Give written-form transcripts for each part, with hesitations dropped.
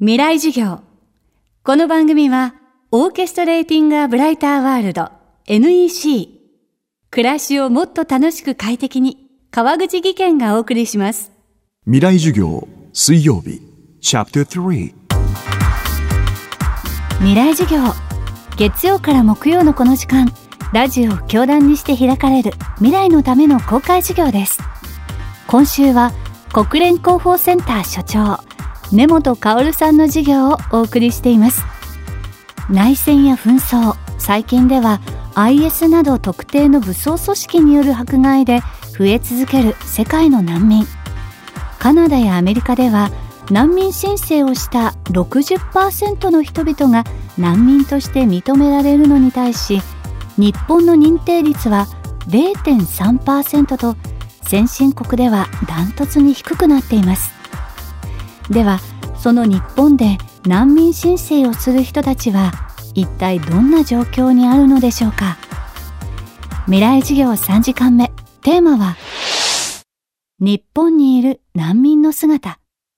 未来授業。この番組はオーケストレーティング・ア・ブライター・ワールド NEC 暮らしをもっと楽しく快適に川口義賢がお送りします。 未来授業水曜日チャプター3 未来授業、月曜から木曜のこの時間、ラジオを教壇にして開かれる未来のための公開授業です。今週は国連広報センター所長根本薫さんの授業をお送りしています。内戦や紛争、最近では IS など特定の武装組織による迫害で増え続ける世界の難民。カナダやアメリカでは難民申請をした 60% の人々が難民として認められるのに対し、日本の認定率は 0.3% と先進国ではダントツに低くなっています。では、その日本で難民申請をする人たちは一体どんな状況にあるのでしょうか。未来授業3時間目、テーマは日本にいる難民の姿。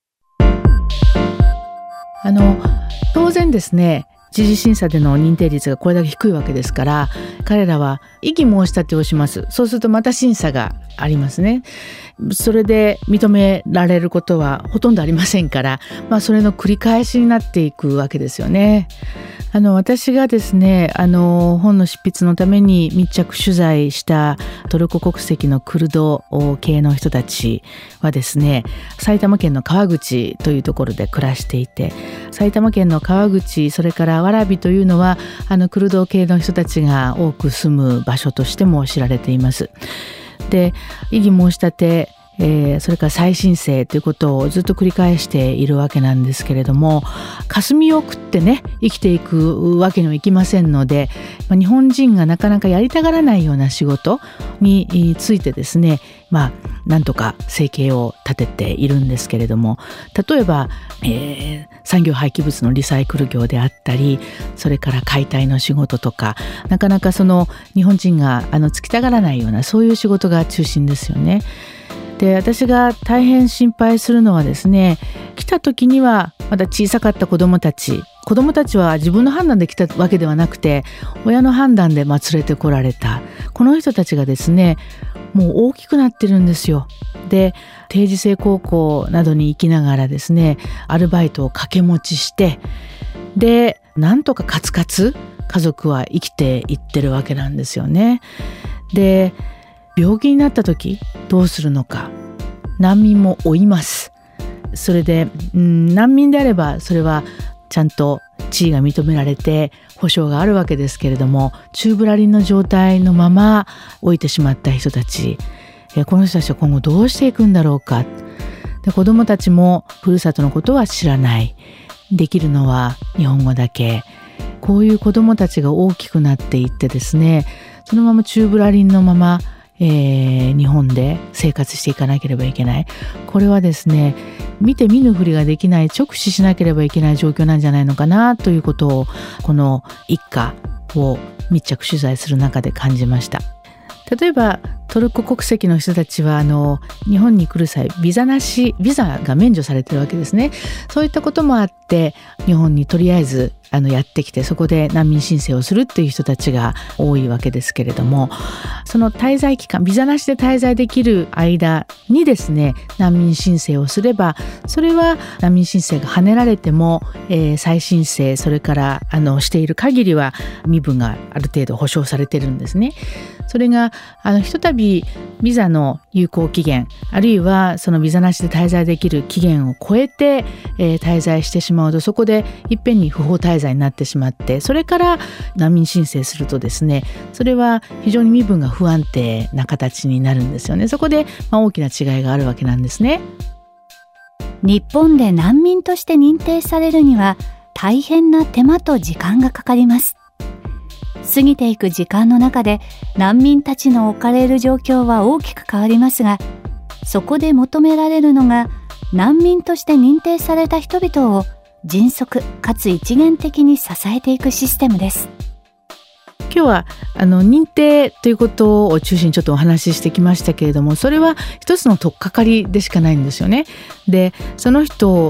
当然ですね、一次審査での認定率がこれだけ低いわけですから、彼らは異議申し立てをします。そうするとまた審査がありますね。それで認められることはほとんどありませんから、それの繰り返しになっていくわけですよね。私がですね、本の執筆のために密着取材したトルコ国籍のクルド系の人たちはですね、埼玉県の川口というところで暮らしていて、埼玉県の川口、それから蕨というのはクルド系の人たちが多く住む場所としても知られています。で、異議申し立て、それから再申請ということをずっと繰り返しているわけなんですけれども、霞を食ってね、生きていくわけにはいきませんので、日本人がなかなかやりたがらないような仕事についてですね、なんとか生計を立てているんですけれども、例えば、産業廃棄物のリサイクル業であったり、それから解体の仕事とか、なかなかその日本人がつきたがらないような、そういう仕事が中心ですよね。で、私が大変心配するのはですね、来た時にはまだ小さかった子どもたちは自分の判断で来たわけではなくて、親の判断で連れてこられたこの人たちがですね、もう大きくなってるんですよ。で、定時制高校などに行きながらですね、アルバイトを掛け持ちして、で、なんとかカツカツ家族は生きていってるわけなんですよね。で、病気になった時どうするのか、難民も追います。それで、難民であればそれはちゃんと地位が認められて保障があるわけですけれども、宙ぶらりんの状態のまま置いてしまった人たち、この人たちは今後どうしていくんだろうか。で、子どもたちもふるさとのことは知らない、できるのは日本語だけ。こういう子どもたちが大きくなっていってですね、そのまま宙ぶらりんのまま日本で生活していかなければいけない。これはですね、見て見ぬふりができない、直視しなければいけない状況なんじゃないのかなということを、この一家を密着取材する中で感じました。例えばトルコ国籍の人たちは日本に来る際ビザが免除されてるわけですね。そういったこともあって日本にとりあえずやってきて、そこで難民申請をするっていう人たちが多いわけですけれども、その滞在期間、ビザなしで滞在できる間にですね、難民申請をすれば、それは難民申請が跳ねられても、再申請、それからしている限りは身分がある程度保障されてるんですね。それがひとたびビザの有効期限、あるいはそのビザなしで滞在できる期限を超えて、滞在してしまうと、そこでいっぺんに不法滞在になってしまって、それから難民申請するとですね、それは非常に身分が不安定な形になるんですよね。そこで大きな違いがあるわけなんですね。 日本で難民として認定されるには大変な手間と時間がかかります。過ぎていく時間の中で難民たちの置かれる状況は大きく変わりますが、そこで求められるのが難民として認定された人々を迅速かつ一元的に支えていくシステムです。 今日は認定ということを中心にちょっとお話ししてきましたけれども、それは一つの取っかかりでしかないんですよね。で、その人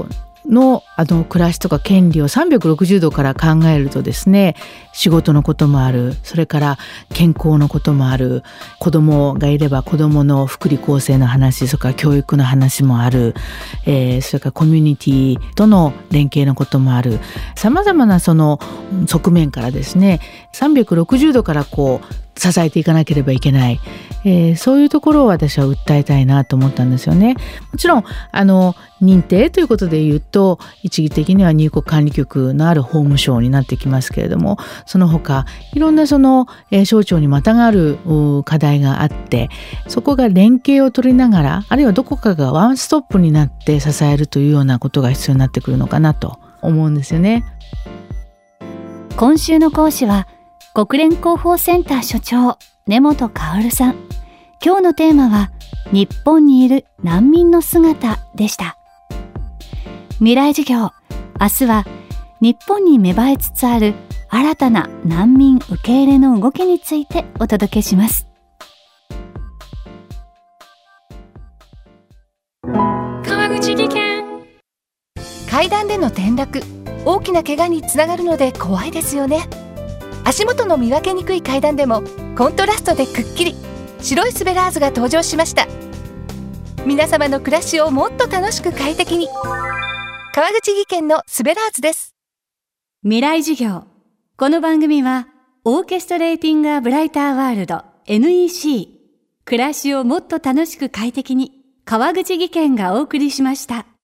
の暮らしとか権利を360度から考えるとですね、仕事のこともある、それから健康のこともある、子供がいれば子供の福利厚生の話、それから教育の話もある、それからコミュニティとの連携のこともある、さまざまなその側面からですね、360度から支えていかなければいけない、そういうところを私は訴えたいなと思ったんですよね。もちろん認定ということで言うと、一義的には入国管理局のある法務省になってきますけれども、その他いろんなその省庁にまたがる課題があって、そこが連携を取りながら、あるいはどこかがワンストップになって支えるというようなことが必要になってくるのかなと思うんですよね。 今週の講師は国連広報センター所長根本薫さん。今日のテーマは日本にいる難民の姿でした。未来授業、明日は日本に芽生えつつある新たな難民受け入れの動きについてお届けします。 川口技研。階段での転落、大きな怪我につながるので怖いですよね。足元の見分けにくい階段でもコントラストでくっきり白いスベラーズが登場しました。皆様の暮らしをもっと楽しく快適に、川口技研のスベラーズです。 未来授業、この番組はオーケストレーティングアブライターワールド NEC、 暮らしをもっと楽しく快適に、川口技研がお送りしました。